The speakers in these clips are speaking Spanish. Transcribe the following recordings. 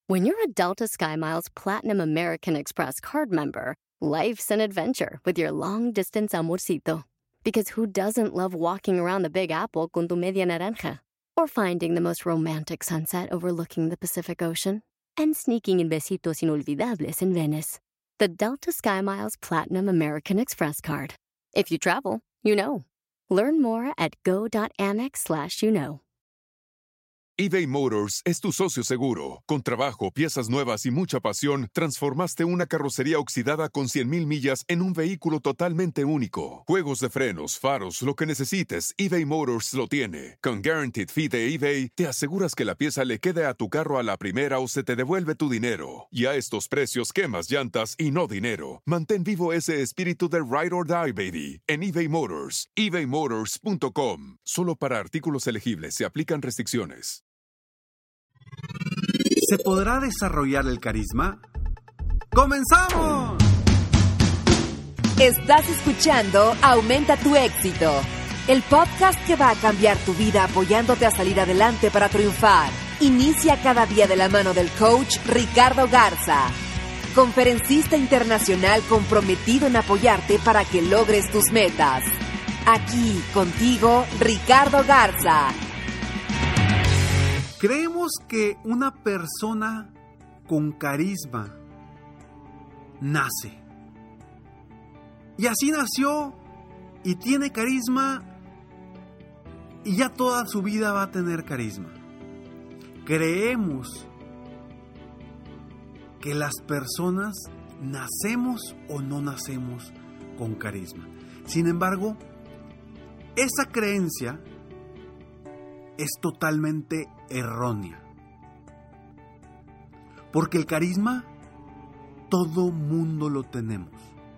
When you're a Delta SkyMiles Platinum American Express card member, life's an adventure with your long-distance amorcito. Because who doesn't love walking around the Big Apple con tu media naranja? Or finding the most romantic sunset overlooking the Pacific Ocean? And sneaking in besitos inolvidables in Venice. The Delta SkyMiles Platinum American Express card. If you travel, you know. Learn more at go.amex/you-know. eBay Motors es tu socio seguro. Con trabajo, piezas nuevas y mucha pasión, transformaste una carrocería oxidada con 100,000 millas en un vehículo totalmente único. Juegos de frenos, faros, lo que necesites, eBay Motors lo tiene. Con Guaranteed Fee de eBay, te aseguras que la pieza le quede a tu carro a la primera o se te devuelve tu dinero. Y a estos precios, quemas llantas y no dinero. Mantén vivo ese espíritu de Ride or Die, baby, en eBay Motors. ebaymotors.com. Solo para artículos elegibles se aplican restricciones. ¿Se podrá desarrollar el carisma? ¡Comenzamos! Estás escuchando Aumenta tu éxito, el podcast que va a cambiar tu vida apoyándote a salir adelante para triunfar. Inicia cada día de la mano del coach Ricardo Garza, conferencista internacional comprometido en apoyarte para que logres tus metas. Aquí contigo, Ricardo Garza. Creemos que una persona con carisma nace. Y así nació y tiene carisma y ya toda su vida va a tener carisma. Creemos que las personas nacemos o no nacemos con carisma. Sin embargo, esa creencia es totalmente errónea. Porque el carisma, todo mundo lo tenemos.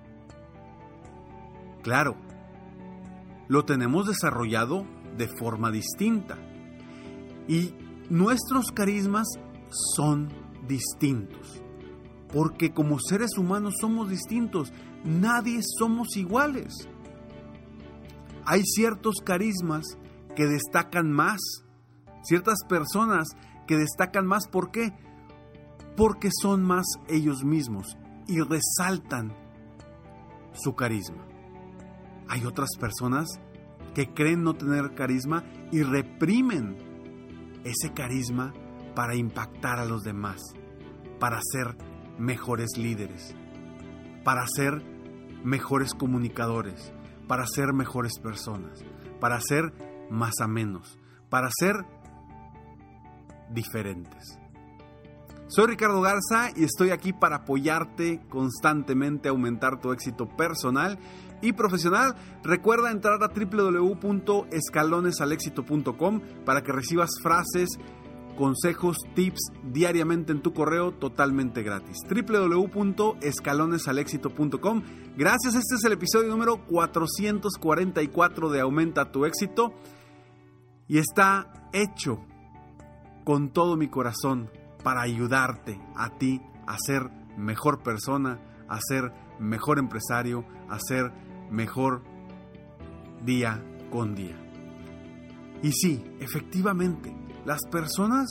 Claro, lo tenemos desarrollado de forma distinta. Y nuestros carismas son distintos. Porque como seres humanos somos distintos. Nadie somos iguales. Hay ciertos carismas que destacan más, ciertas personas que destacan más. ¿Por qué? Porque son más ellos mismos y resaltan su carisma. Hay otras personas que creen no tener carisma y reprimen ese carisma para impactar a los demás, para ser mejores líderes, para ser mejores comunicadores, para ser mejores personas, para ser más amenos, para ser diferentes. Soy Ricardo Garza y estoy aquí para apoyarte constantemente a aumentar tu éxito personal y profesional. Recuerda entrar a www.escalonesalexito.com para que recibas frases, consejos, tips diariamente en tu correo totalmente gratis. www.escalonesalexito.com. Gracias, este es el episodio número 444 de Aumenta tu éxito y está hecho con todo mi corazón para ayudarte a ti a ser mejor persona, a ser mejor empresario, a ser mejor día con día. Y sí, efectivamente, las personas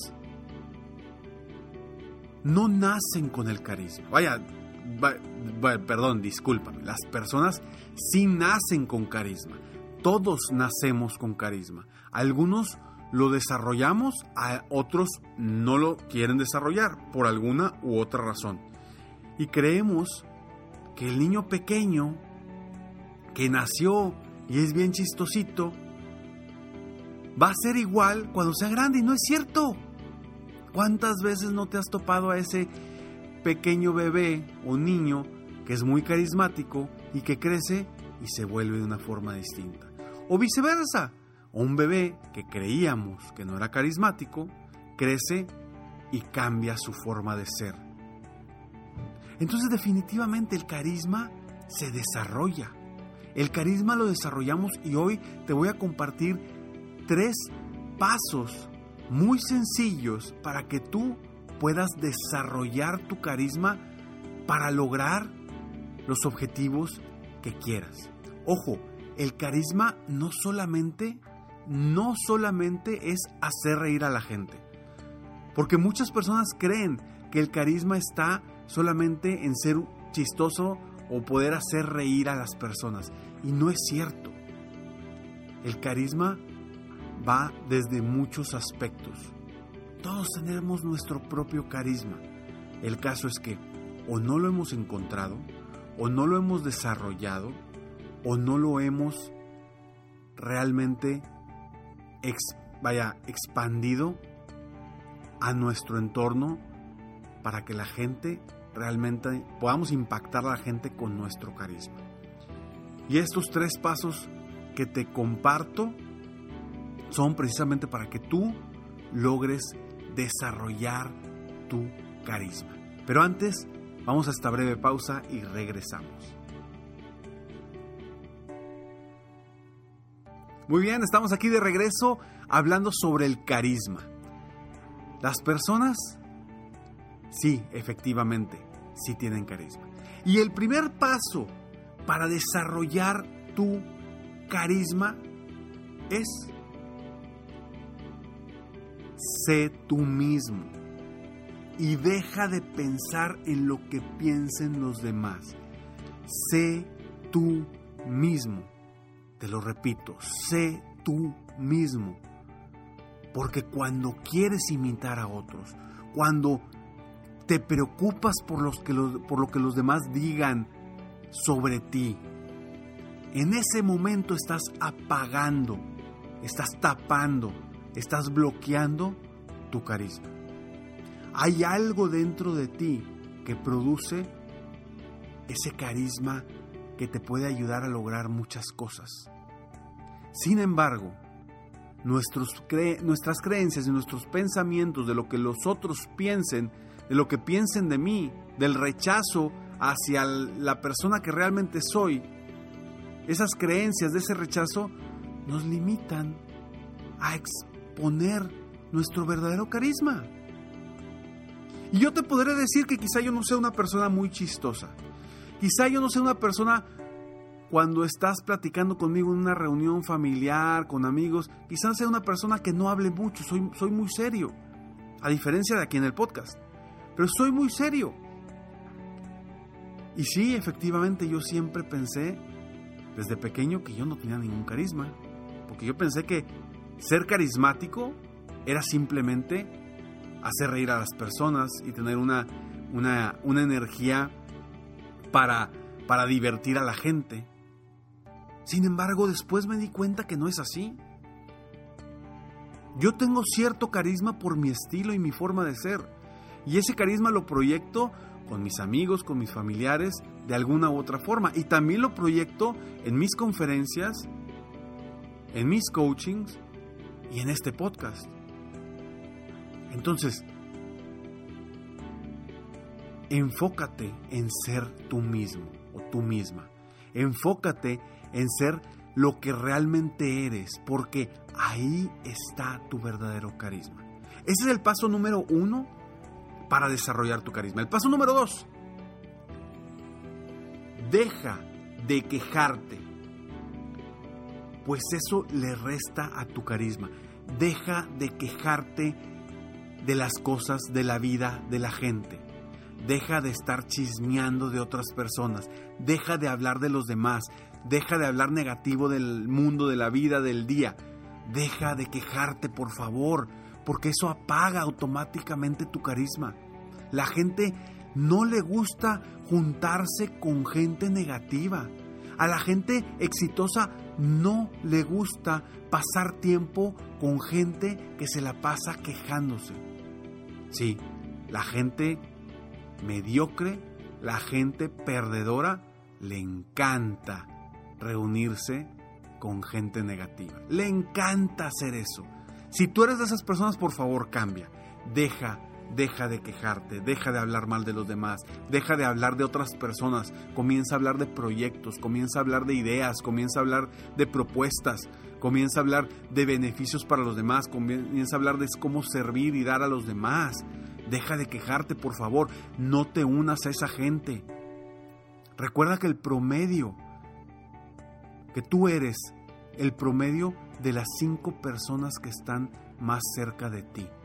no nacen con el carisma. Discúlpame. Las personas sí nacen con carisma. Todos nacemos con carisma. Algunos lo desarrollamos, a otros no lo quieren desarrollar por alguna u otra razón. Y creemos que el niño pequeño que nació y es bien chistosito va a ser igual cuando sea grande, y no es cierto. ¿Cuántas veces no te has topado a ese pequeño bebé o niño que es muy carismático y que crece y se vuelve de una forma distinta? O viceversa, o un bebé que creíamos que no era carismático, crece y cambia su forma de ser. Entonces definitivamente el carisma se desarrolla. El carisma lo desarrollamos y hoy te voy a compartir 3 pasos muy sencillos para que tú puedas desarrollar tu carisma para lograr los objetivos que quieras. Ojo, el carisma no solamente es hacer reír a la gente. Porque muchas personas creen que el carisma está solamente en ser chistoso o poder hacer reír a las personas. Y no es cierto. El carisma va desde muchos aspectos. Todos tenemos nuestro propio carisma. El caso es que o no lo hemos encontrado, o no lo hemos desarrollado, o no lo hemos realmente expandido a nuestro entorno para que la gente realmente podamos impactar a la gente con nuestro carisma. Y estos 3 pasos que te comparto son precisamente para que tú logres desarrollar tu carisma. Pero antes, vamos a esta breve pausa y regresamos. Muy bien, estamos aquí de regreso hablando sobre el carisma. Las personas, sí, efectivamente, sí tienen carisma. Y el primer paso para desarrollar tu carisma es: sé tú mismo y deja de pensar en lo que piensen los demás. Sé tú mismo. Te lo repito, sé tú mismo. Porque cuando quieres imitar a otros, cuando te preocupas por lo que los demás digan sobre ti, en ese momento estás apagando, estás tapando, estás bloqueando tu carisma. Hay algo dentro de ti que produce ese carisma que te puede ayudar a lograr muchas cosas. Sin embargo, nuestras creencias y nuestros pensamientos de lo que los otros piensen, de lo que piensen de mí, del rechazo hacia la persona que realmente soy, esas creencias de ese rechazo nos limitan a exponer nuestro verdadero carisma. Y yo te podré decir que quizá yo no sea una persona muy chistosa. Quizá yo no sea una persona, cuando estás platicando conmigo en una reunión familiar, con amigos, quizá sea una persona que no hable mucho. Soy muy serio, a diferencia de aquí en el podcast. Pero soy muy serio. Y sí, efectivamente, yo siempre pensé, desde pequeño, que yo no tenía ningún carisma. Porque yo pensé que ser carismático era simplemente hacer reír a las personas y tener una energía para divertir a la gente. Sin embargo, después me di cuenta que no es así. Yo tengo cierto carisma por mi estilo y mi forma de ser. Y ese carisma lo proyecto con mis amigos, con mis familiares, de alguna u otra forma. Y también lo proyecto en mis conferencias, en mis coachings y en este podcast. Entonces, enfócate en ser tú mismo o tú misma. Enfócate en ser lo que realmente eres, porque ahí está tu verdadero carisma. Ese es el paso número 1 para desarrollar tu carisma. El paso número 2: deja de quejarte, pues eso le resta a tu carisma. Deja de quejarte de las cosas de la vida de la gente. Deja de estar chismeando de otras personas. Deja de hablar de los demás. Deja de hablar negativo del mundo, de la vida, del día. Deja de quejarte, por favor, porque eso apaga automáticamente tu carisma. La gente no le gusta juntarse con gente negativa. A la gente exitosa no le gusta pasar tiempo con gente que se la pasa quejándose. Sí, la gente mediocre, la gente perdedora, le encanta reunirse con gente negativa. Le encanta hacer eso. Si tú eres de esas personas, por favor, cambia. Deja de quejarte, deja de hablar mal de los demás, deja de hablar de otras personas, comienza a hablar de proyectos, comienza a hablar de ideas, comienza a hablar de propuestas, comienza a hablar de beneficios para los demás, comienza a hablar de cómo servir y dar a los demás. Deja de quejarte, por favor, no te unas a esa gente. Recuerda que el promedio, que tú eres el promedio de las 5 personas que están más cerca de ti.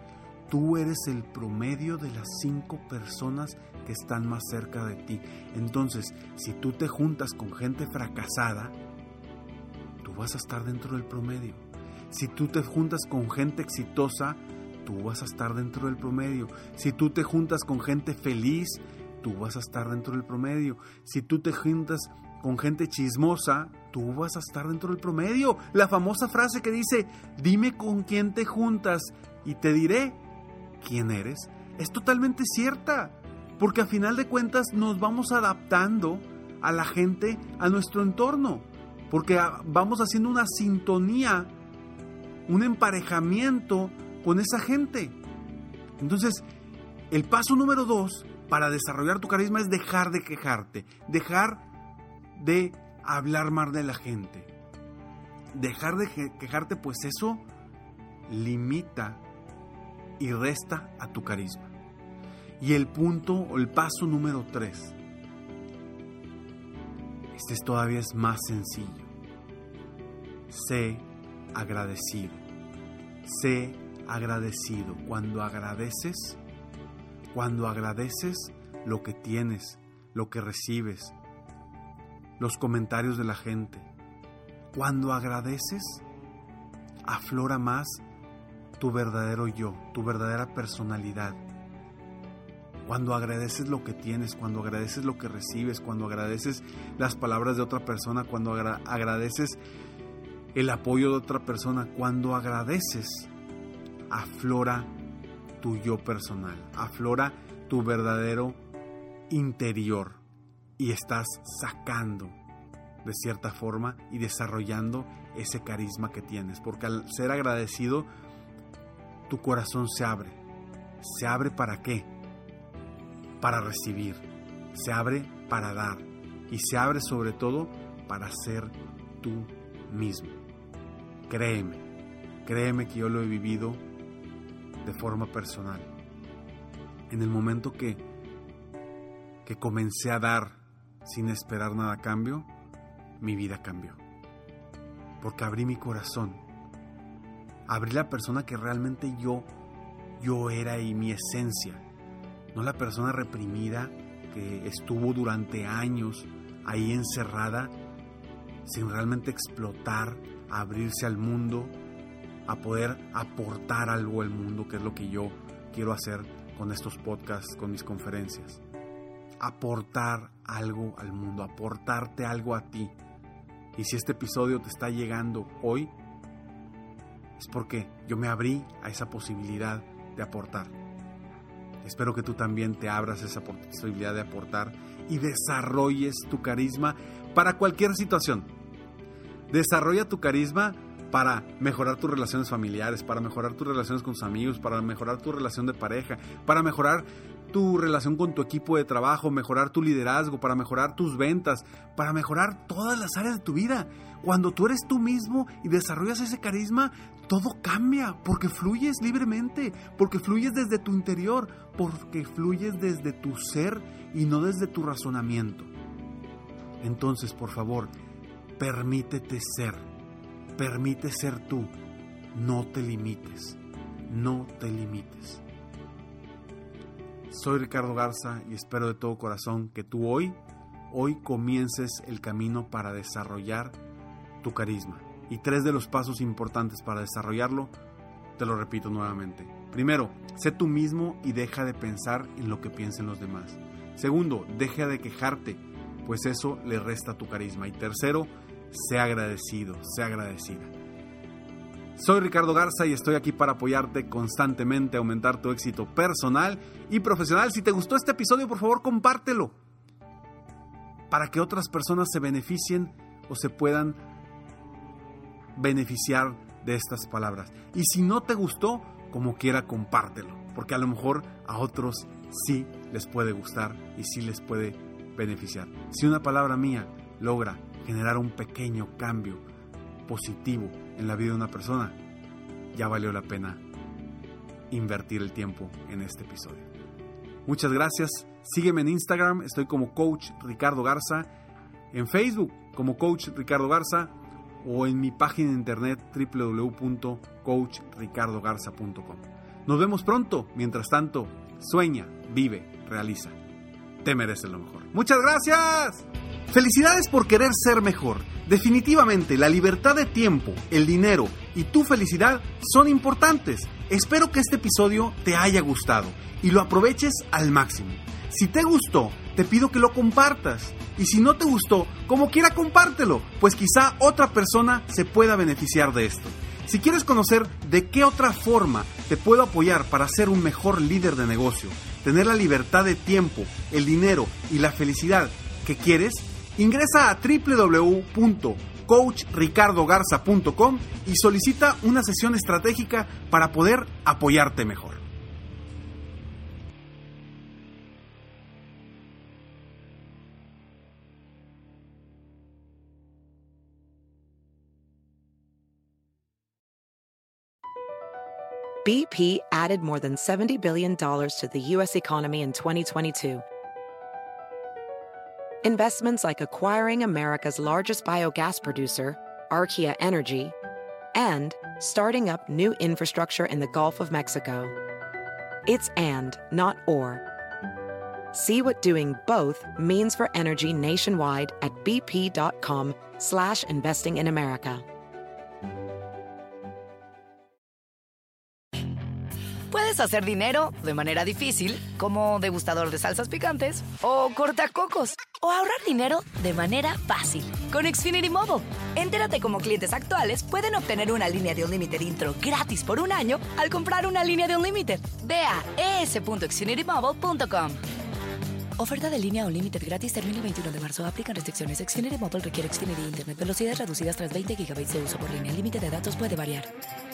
Tú eres el promedio de las 5 personas que están más cerca de ti. Entonces, si tú te juntas con gente fracasada, tú vas a estar dentro del promedio. Si tú te juntas con gente exitosa, tú vas a estar dentro del promedio. Si tú te juntas con gente feliz, tú vas a estar dentro del promedio. Si tú te juntas con gente chismosa, tú vas a estar dentro del promedio. La famosa frase que dice, dime con quién te juntas y te diré quién eres, es totalmente cierta. Porque a final de cuentas nos vamos adaptando a la gente, a nuestro entorno. Porque vamos haciendo una sintonía, un emparejamiento con esa gente. Entonces, el paso número 2 para desarrollar tu carisma es dejar de quejarte, dejar de hablar mal de la gente, dejar de quejarte, pues eso limita y resta a tu carisma. Y el paso número 3, todavía es más sencillo. Sé agradecido. Sé agradecido. Cuando agradeces lo que tienes, lo que recibes, los comentarios de la gente. Cuando agradeces, aflora más tu verdadero yo, tu verdadera personalidad. Cuando agradeces lo que tienes, cuando agradeces lo que recibes, cuando agradeces las palabras de otra persona, cuando agradeces el apoyo de otra persona, cuando agradeces, aflora tu yo personal, aflora tu verdadero interior y estás sacando de cierta forma y desarrollando ese carisma que tienes, porque al ser agradecido tu corazón se abre. ¿Se abre para qué? Para recibir, se abre para dar y se abre sobre todo para ser tú mismo. Créeme que yo lo he vivido de forma personal. En el momento que comencé a dar sin esperar nada a cambio, mi vida cambió. Porque abrí mi corazón, abrí la persona que realmente yo era y mi esencia. No la persona reprimida que estuvo durante años ahí encerrada sin realmente explotar, abrirse al mundo, a poder aportar algo al mundo, que es lo que yo quiero hacer con estos podcasts, con mis conferencias. Aportar algo al mundo, aportarte algo a ti. Y si este episodio te está llegando hoy, es porque yo me abrí a esa posibilidad de aportar. Espero que tú también te abras a esa posibilidad de aportar y desarrolles tu carisma para cualquier situación. Desarrolla tu carisma para mejorar tus relaciones familiares, para mejorar tus relaciones con tus amigos, para mejorar tu relación de pareja, para mejorar tu relación con tu equipo de trabajo, mejorar tu liderazgo, para mejorar tus ventas, para mejorar todas las áreas de tu vida. Cuando tú eres tú mismo y desarrollas ese carisma, todo cambia, porque fluyes libremente, porque fluyes desde tu interior, porque fluyes desde tu ser y no desde tu razonamiento. Entonces, por favor, permítete ser tú, no te limites. Soy Ricardo Garza y espero de todo corazón que tú hoy comiences el camino para desarrollar tu carisma. Y 3 de los pasos importantes para desarrollarlo, te lo repito nuevamente. Primero, sé tú mismo y deja de pensar en lo que piensen los demás. Segundo, deja de quejarte, pues eso le resta tu carisma. Y tercero, sé agradecido, sé agradecida. Soy Ricardo Garza y estoy aquí para apoyarte constantemente a aumentar tu éxito personal y profesional. Si te gustó este episodio, por favor, compártelo para que otras personas se beneficien o se puedan beneficiar de estas palabras. Y si no te gustó, como quiera, compártelo, porque a lo mejor a otros sí les puede gustar y sí les puede beneficiar. Si una palabra mía logra generar un pequeño cambio positivo en la vida de una persona, ya valió la pena invertir el tiempo en este episodio. Muchas gracias. Sígueme en Instagram, estoy como Coach Ricardo Garza, en Facebook como Coach Ricardo Garza o en mi página de internet www.coachricardogarza.com. Nos vemos pronto. Mientras tanto, sueña, vive, realiza. Te mereces lo mejor. ¡Muchas gracias! Felicidades por querer ser mejor. Definitivamente, la libertad de tiempo, el dinero y tu felicidad son importantes. Espero que este episodio te haya gustado y lo aproveches al máximo. Si te gustó, te pido que lo compartas. Y si no te gustó, como quiera compártelo, pues quizá otra persona se pueda beneficiar de esto. Si quieres conocer de qué otra forma te puedo apoyar para ser un mejor líder de negocio, tener la libertad de tiempo, el dinero y la felicidad que quieres, ingresa a www.coachricardogarza.com y solicita una sesión estratégica para poder apoyarte mejor. BP added more than $70 billion to the U.S. economy in 2022. Investments like acquiring America's largest biogas producer, Archaea Energy, and starting up new infrastructure in the Gulf of Mexico. It's and, not or. See what doing both means for energy nationwide at bp.com/investing in America. Puedes hacer dinero de manera difícil, como degustador de salsas picantes, o cortacocos, o ahorrar dinero de manera fácil con Xfinity Mobile. Entérate cómo clientes actuales pueden obtener una línea de Unlimited intro gratis por un año al comprar una línea de Unlimited. Ve a es.xfinitymobile.com. Oferta de línea Unlimited gratis termina el 21 de marzo. Aplican restricciones. Xfinity Mobile requiere Xfinity Internet. Velocidades reducidas tras 20 GB de uso por línea. El límite de datos puede variar.